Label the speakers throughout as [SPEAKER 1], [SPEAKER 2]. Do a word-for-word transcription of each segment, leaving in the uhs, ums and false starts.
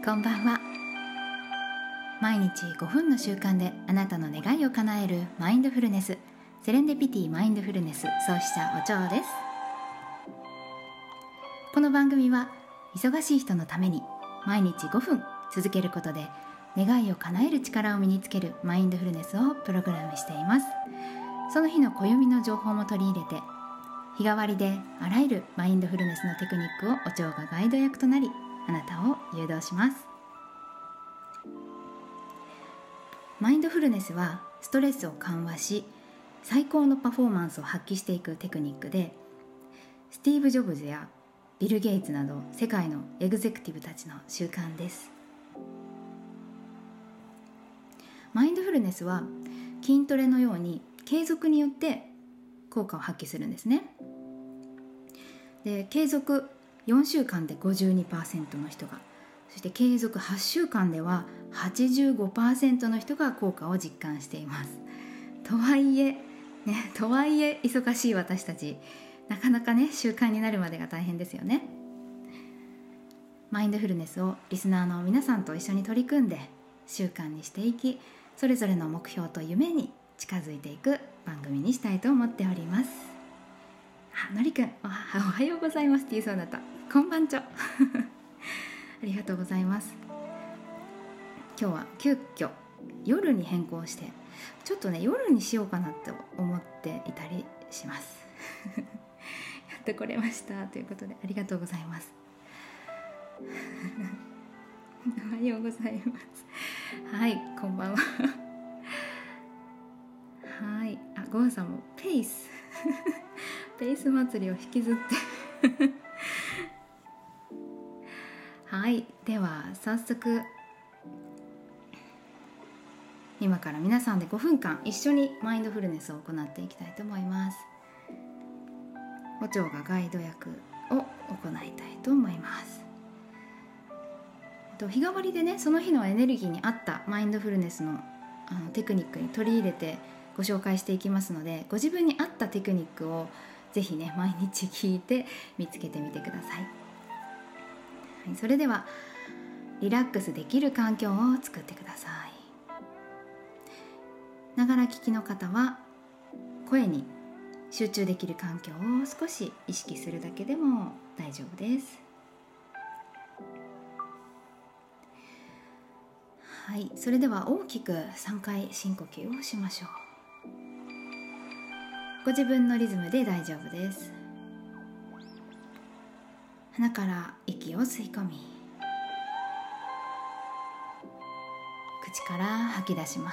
[SPEAKER 1] こんばんは。毎日ごふんの習慣であなたの願いを叶えるマインドフルネス、セレンディピティマインドフルネス創始者おちょうです。この番組は忙しい人のために毎日ごふん続けることで願いを叶える力を身につけるマインドフルネスをプログラムしています。その日の暦の情報も取り入れて、日替わりであらゆるマインドフルネスのテクニックをおちょうがガイド役となり、あなたを誘導します。マインドフルネスはストレスを緩和し、最高のパフォーマンスを発揮していくテクニックで、スティーブ・ジョブズやビル・ゲイツなど世界のエグゼクティブたちの習慣です。マインドフルネスは筋トレのように継続によって効果を発揮するんですね。で、継続よんしゅうかんで ごじゅうにパーセント の人が、そして継続はちしゅうかんでは はちじゅうごパーセント の人が効果を実感しています。とはいえ、ね、とはいえ忙しい私たち、なかなかね習慣になるまでが大変ですよね。マインドフルネスをリスナーの皆さんと一緒に取り組んで習慣にしていき、それぞれの目標と夢に近づいていく番組にしたいと思っております。あ、のりくん、おはようございますって言いそうだった。こんばんちょありがとうございます。今日は急遽夜に変更して、ちょっとね夜にしようかなと思っていたりしますやってこれましたということでありがとうございますおはようございます。はい、こんばんははい、あ、ゴーさんもペースペース祭りを引きずってはい、では早速今から皆さんでごふんかん一緒にマインドフルネスを行っていきたいと思います。おちょうがガイド役を行いたいと思います。日替わりでね、その日のエネルギーに合ったマインドフルネスの、あのテクニックに取り入れてご紹介していきますので、ご自分に合ったテクニックをぜひね毎日聞いて見つけてみてください。はい、それではリラックスできる環境を作ってください。ながら聞きの方は声に集中できる環境を少し意識するだけでも大丈夫です。はい、それでは大きくさんかい深呼吸をしましょう。ご自分のリズムで大丈夫です。鼻から息を吸い込み、口から吐き出します。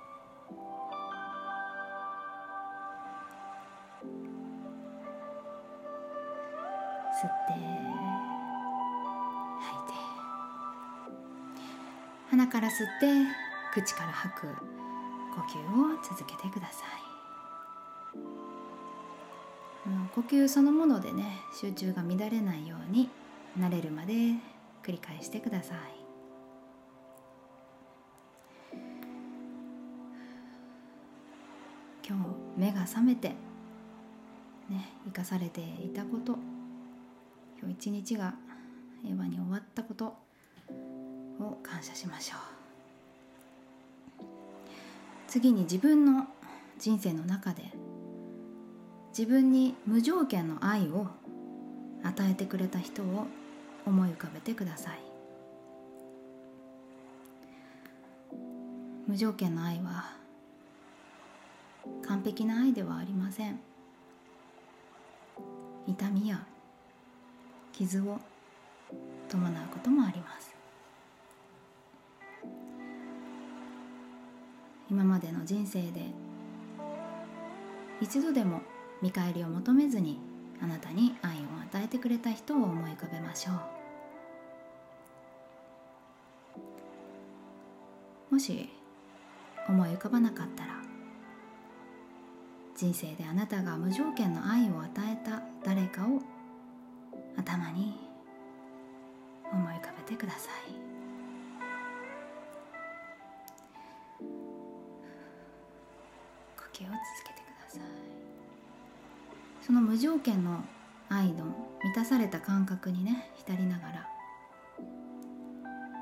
[SPEAKER 1] 吸って吐いて、鼻から吸って口から吐く呼吸を続けてください。呼吸そのものでね集中が乱れないように慣れるまで繰り返してください。今日目が覚めてね生かされていたこと、今日一日が平和に終わったことを感謝しましょう。次に自分の人生の中で自分に無条件の愛を与えてくれた人を思い浮かべてください。無条件の愛は完璧な愛ではありません。痛みや傷を伴うこともあります。今までの人生で一度でも見返りを求めずにあなたに愛を与えてくれた人を思い浮かべましょう。もし思い浮かばなかったら、人生であなたが無条件の愛を与えた誰かを頭に思い浮かべてください。呼吸を続けてください。その無条件の愛の満たされた感覚にね浸りながら、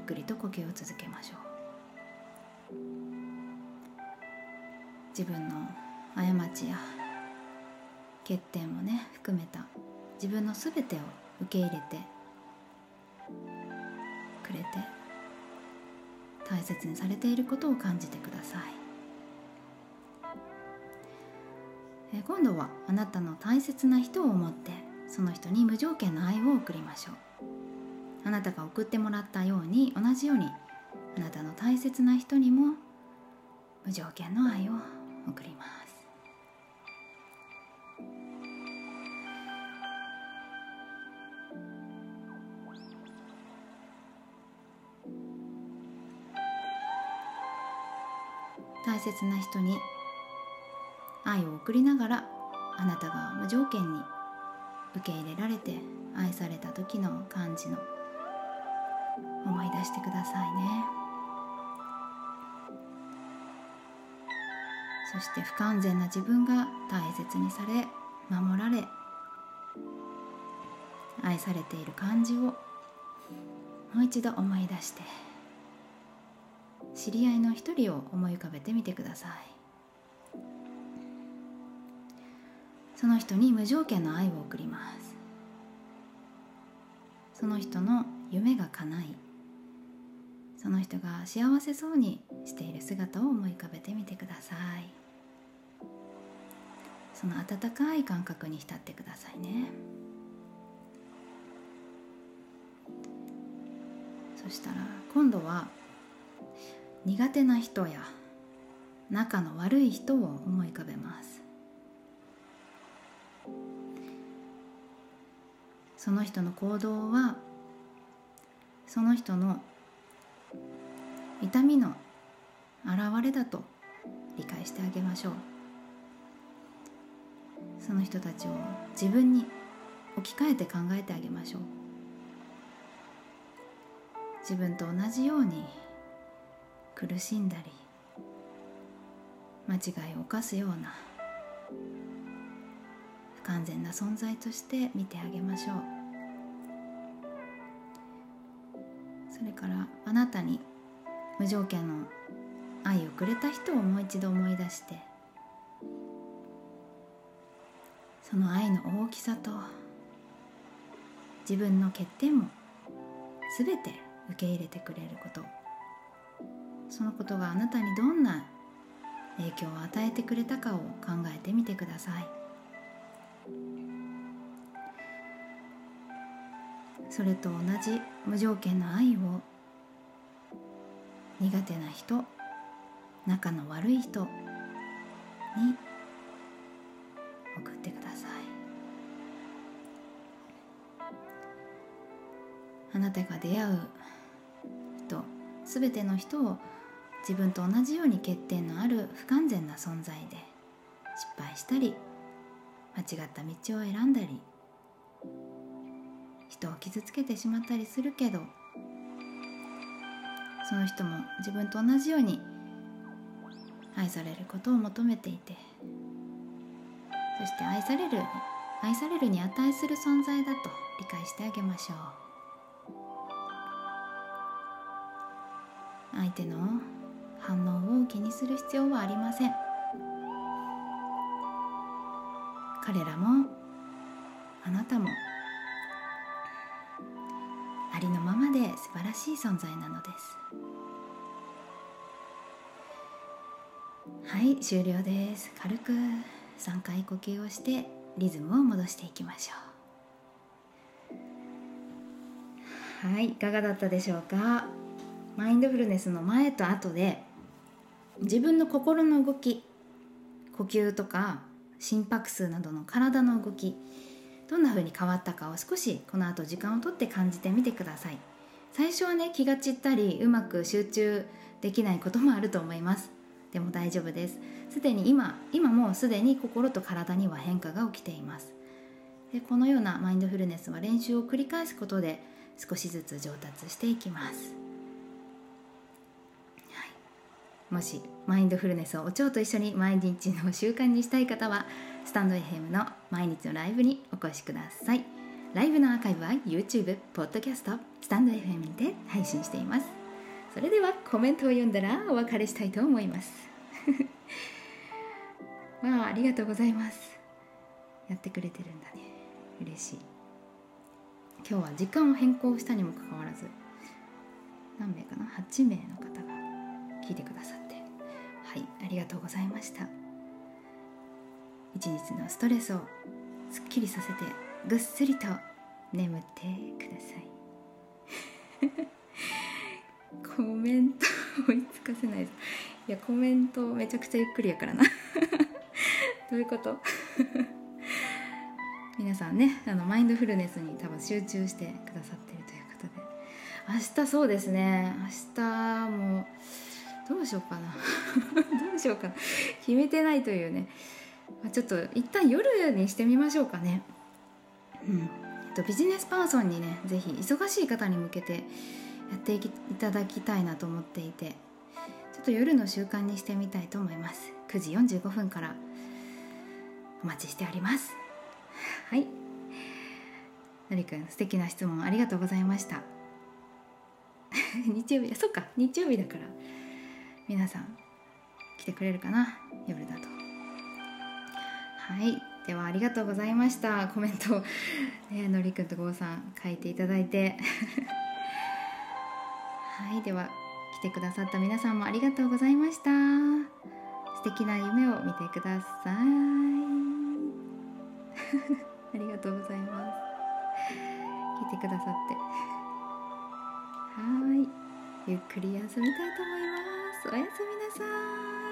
[SPEAKER 1] くりと呼吸を続けましょう。自分の過ちや欠点もね含めた自分のすべてを受け入れてくれて、大切にされていることを感じてください。え今度はあなたの大切な人を思ってその人に無条件の愛を送りましょう。あなたが送ってもらったように、同じようにあなたの大切な人にも無条件の愛を送ります。大切な人に愛を送りながら、あなたが無条件に受け入れられて愛された時の感じの思い出してくださいね。そして不完全な自分が大切にされ、守られ、愛されている感じをもう一度思い出して、知り合いの一人を思い浮かべてみてください。その人に無条件の愛を送ります。その人の夢が叶い、その人が幸せそうにしている姿を思い浮かべてみてください。その温かい感覚に浸ってくださいね。そしたら今度は苦手な人や仲の悪い人を思い浮かべます。その人の行動はその人の痛みの表れだと理解してあげましょう。その人たちを自分に置き換えて考えてあげましょう。自分と同じように苦しんだり間違いを犯すような不完全な存在として見てあげましょう。それからあなたに無条件の愛をくれた人をもう一度思い出して、その愛の大きさと自分の欠点もすべて受け入れてくれること、そのことがあなたにどんな影響を与えてくれたかを考えてみてください。それと同じ無条件の愛を苦手な人、仲の悪い人に送ってください。あなたが出会う人、すべての人を自分と同じように欠点のある不完全な存在で、失敗したり間違った道を選んだり人を傷つけてしまったりするけど、その人も自分と同じように愛されることを求めていて、そして愛される愛されるに値する存在だと理解してあげましょう。相手の反応を気にする必要はありません。彼らもあなたもありのままで素晴らしい存在なのです。はい、終了です。軽くさんかい呼吸をしてリズムを戻していきましょう。はい、いかがだったでしょうか。マインドフルネスの前と後で自分の心の動き、呼吸とか心拍数などの体の動き、どんな風に変わったかを少しこの後時間をとって感じてみてください。最初はね、気が散ったりうまく集中できないこともあると思います。でも大丈夫です。すでに今今もうすでに心と体には変化が起きています。でこのようなマインドフルネスは練習を繰り返すことで少しずつ上達していきます。もしマインドフルネスをお蝶と一緒に毎日の習慣にしたい方は、スタンド エフエム の毎日のライブにお越しください。 ライブのアーカイブは YouTube、ポッドキャスト、スタンド エフエム で配信しています。それではコメントを読んだらお別れしたいと思いますわあ、ありがとうございます。やってくれてるんだね。嬉しい。今日は時間を変更したにもかかわらず何名かな、はちめいの方が聞いてくださって、はい、ありがとうございました。一日のストレスをすっきりさせてぐっすりと眠ってくださいコメント追いつかせないです。いや、コメントめちゃくちゃゆっくりやからなどういうこと皆さんね、あのマインドフルネスに多分集中してくださっているということで、明日そうですね、明日もどうしようかなどうしようかな決めてないというね、ちょっと一旦夜にしてみましょうかね。うん、ビジネスパーソンにね、ぜひ忙しい方に向けてやっていただきたいなと思っていて、ちょっと夜の習慣にしてみたいと思います。くじよんじゅうごふんからお待ちしております。はい、のりくん、素敵な質問ありがとうございました日曜日だ、そっか、日曜日だから皆さん来てくれるかな、夜だと。はい、ではありがとうございました。コメント、ね、のりくんとごうさん書いていただいてはい、では来てくださった皆さんもありがとうございました。素敵な夢を見てくださいありがとうございます。聞いてくださって、はい、ゆっくり休みたいと思います。おやすみなさい。